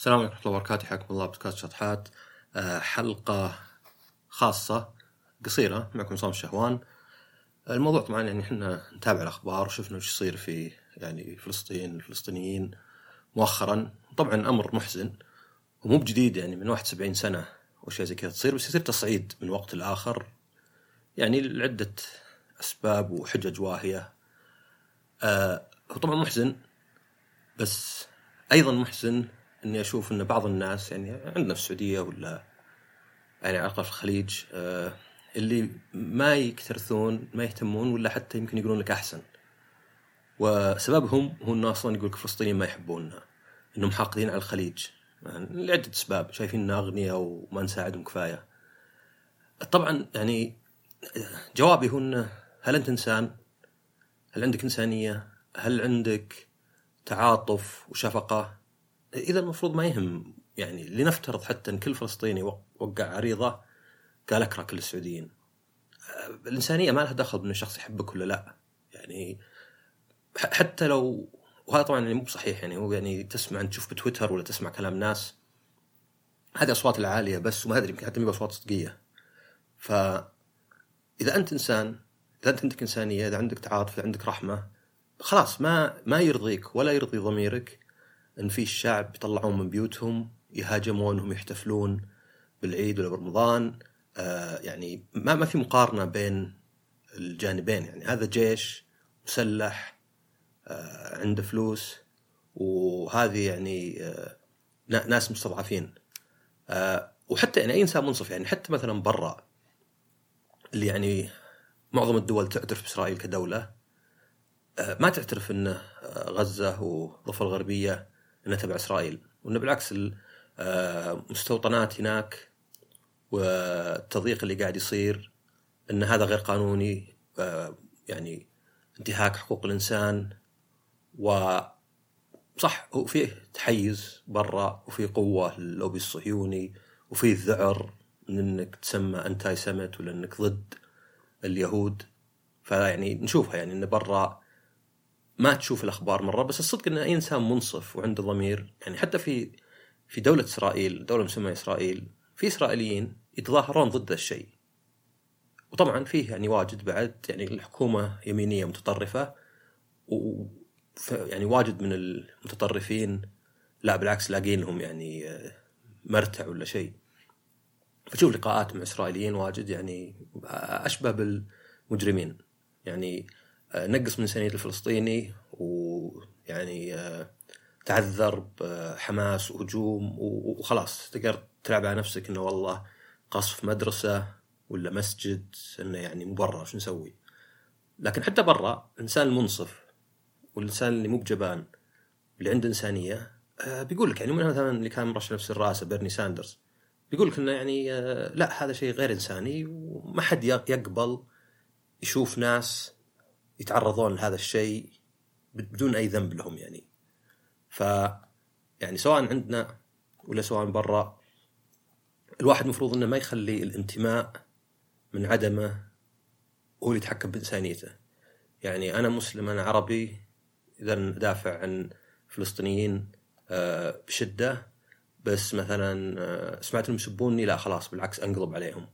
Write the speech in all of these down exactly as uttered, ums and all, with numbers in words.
السلام عليكم ورحمة الله وبركاته. حياكم الله بودكاست شطحات. حلقة خاصة قصيرة معكم صام الشهوان. الموضوع طبعا يعني احنا نتابع الأخبار وشفنا وش يصير في يعني فلسطين الفلسطينيين مؤخرا. طبعا أمر محزن ومو بجديد، يعني من واحد وسبعين سنة وشيء زي كذا تصير، بس يصير تصعيد من وقت لآخر يعني لعدة أسباب وحجج واهية. آه هو طبعا محزن، بس أيضا محزن إني أشوف إن بعض الناس يعني عندنا في السعودية ولا يعني على الأقل في الخليج آه اللي ما يكترثون ما يهتمون، ولا حتى يمكن يقولون لك أحسن، وسببهم هو إنه أصلا يقول لك الفلسطينيين ما يحبوننا، إنهم حاقدين على الخليج يعني لعدة أسباب، شايفيننا أغنياء وما نساعدهم كفاية. طبعا يعني جوابي هو إنه هل أنت إنسان؟ هل عندك إنسانية؟ هل عندك تعاطف وشفقة؟ إذا المفروض ما يهم. يعني لنفترض حتى أن كل فلسطيني وقع عريضة قال أكره كل السعوديين، الإنسانية ما لها دخل بأن الشخص يحبك ولا لا. يعني حتى لو، وهذا طبعا يعني مو بصحيح، يعني هو يعني تسمع أنت تشوف بتويتر ولا تسمع كلام ناس، هذه أصوات العالية بس، وما أدري يمكن حتى مي بأصوات صدقية. فإذا أنت إنسان، إذا أنت عندك إنسانية، إذا عندك تعاطف، إذا عندك رحمة، خلاص ما ما يرضيك ولا يرضي ضميرك إن في الشعب يطلعون من بيوتهم يهاجمونهم يحتفلون بالعيد ولا برمضان. آه يعني ما ما في مقارنة بين الجانبين، يعني هذا جيش مسلح آه عنده فلوس، وهذه يعني آه ناس مستضعفين. آه وحتى يعني أي إنسان منصف، يعني حتى مثلا برا اللي يعني معظم الدول تعترف بإسرائيل كدولة، آه ما تعترف إنه آه غزة والضفة الغربية إنها تبع إسرائيل، وإنه بالعكس المستوطنات هناك والتضييق اللي قاعد يصير إن هذا غير قانوني، يعني انتهاك حقوق الإنسان. وصح وفيه تحيز برا، وفيه قوة لللوبي الصهيوني، وفيه الذعر من إنك تسمى أنتاي سمت ولا إنك ضد اليهود. فيعني نشوفها يعني إن برا ما تشوف الأخبار مرة، بس الصدق إن أي إنسان منصف وعنده ضمير، يعني حتى في في دولة إسرائيل، دولة مسمى إسرائيل، في إسرائيليين يتظاهرون ضد الشيء. وطبعا فيه يعني واجد بعد يعني الحكومة يمينية متطرفة، و يعني واجد من المتطرفين لا بالعكس لاقين لهم يعني مرتع ولا شيء. فتشوف لقاءات مع إسرائيليين واجد يعني أشبه بالمجرمين، يعني نقص من إنسانية الفلسطيني، ويعني تعذر بحماس وهجوم، وخلاص تقدر تلعب على نفسك إنه والله قصف مدرسة ولا مسجد، إنه يعني مبرر شو نسوي. لكن حتى برا الإنسان المنصف والإنسان اللي مو بجبان اللي عنده إنسانية بيقول لك، يعني مثلا اللي كان مرشح نفس الرئاسة بيرني ساندرز بيقول لك إنه يعني لا هذا شيء غير إنساني، وما حد يقبل يشوف ناس يتعرضون لهذا الشيء بدون أي ذنب لهم. يعني ف يعني سواء عندنا ولا سواء برا، الواحد مفروض إنه ما يخلي الانتماء من عدمه هو اللي يتحكم بإنسانيته. يعني أنا مسلم، أنا عربي، إذا ندافع عن فلسطينيين بشدة، بس مثلا سمعت لهم يسبوني، لا خلاص بالعكس أنقلب عليهم.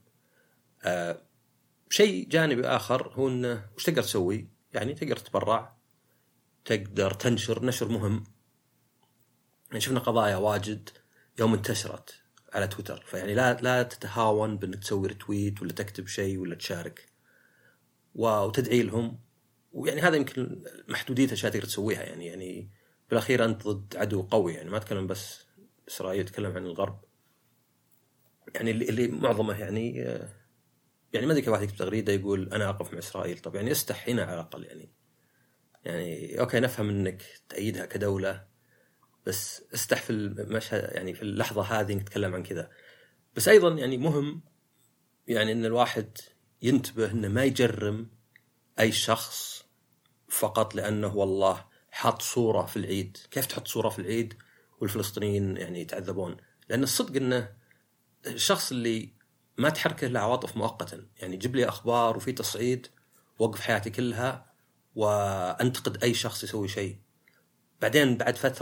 شيء جانبي آخر هو إنه وش تقدر تسوي؟ يعني تقدر تتبرع، تقدر تنشر، نشر مهم. يعني شفنا قضايا واجد يوم انتشرت على تويتر، فيعني لا لا تتهاون بأنك تسوي رتويت ولا تكتب شيء ولا تشارك وتدعي لهم. ويعني هذا يمكن محدودية أشياء تقدر تسويها. يعني يعني بالأخير أنت ضد عدو قوي، يعني ما أتكلم بس إسرائيل، أتكلم عن الغرب، يعني اللي, اللي معظمه يعني يعني ما ذيك واحد يكتب تغريدة يقول أنا أقف مع إسرائيل. طب يعني استح هنا على الأقل. يعني يعني أوكي نفهم أنك تأيدها كدولة، بس استح في المشهد، يعني في اللحظة هذه إنك تتكلم عن كذا. بس أيضا يعني مهم يعني أن الواحد ينتبه أنه ما يجرم أي شخص فقط لأنه والله حط صورة في العيد. كيف تحط صورة في العيد والفلسطينيين يعني يتعذبون؟ لأن الصدق أنه الشخص اللي ما تحركه له عواطف مؤقتا، يعني جيب لي أخبار وفي تصعيد وقف حياتي كلها وأنتقد أي شخص يسوي شيء، بعدين بعد فترة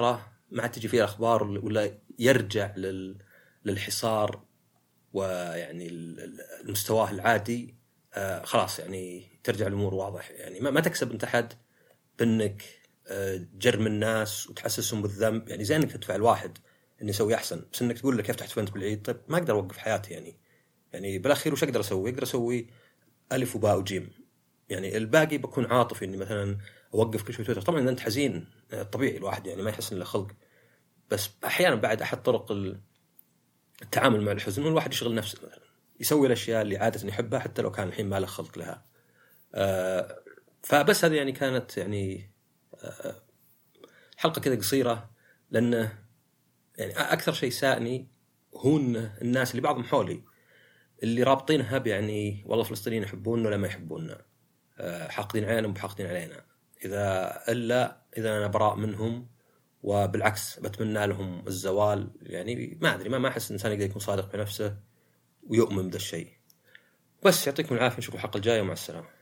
ما عاد تجي فيه اخبار ولا يرجع لل للحصار ويعني المستواه العادي، آه خلاص يعني ترجع الامور واضح. يعني ما, ما تكسب انت حد بانك آه جرم الناس وتحسسهم بالذنب. يعني زي انك تدفع الواحد انه يسوي احسن، بس انك تقول له كيف تحتفل بالعيد. طيب ما اقدر اوقف حياتي يعني يعني بالاخير وش اقدر اسوي؟ اقدر اسوي الف وباء وجيم. يعني الباقي بكون عاطفي اني مثلا اوقف كل شوي تويتر. طبعا اذا انت حزين طبيعي الواحد يعني ما يحس إلا خلق، بس احيانا بعد احد طرق التعامل مع الحزن انه الواحد يشغل نفسه، مثلا يسوي الاشياء اللي عاده يحبها حتى لو كان الحين ما له خلق لها. آه فبس هذه يعني كانت يعني آه حلقه كذا قصيره، لانه يعني اكثر شيء ساءني هو الناس اللي بعضهم حولي اللي رابطينها يعني والله فلسطينيين يحبوننا ولا ما يحبوننا، آه حاقدين علينا وحاقدين علينا، اذا الا اذا انا براء منهم وبالعكس بتمنى لهم الزوال. يعني ما أدري، ما ما أحس الإنسان يقدر يكون صادق بنفسه ويؤمن بهذا الشيء. بس يعطيكم العافية، نشوفكم الحلقة الجاية ومع السلامة.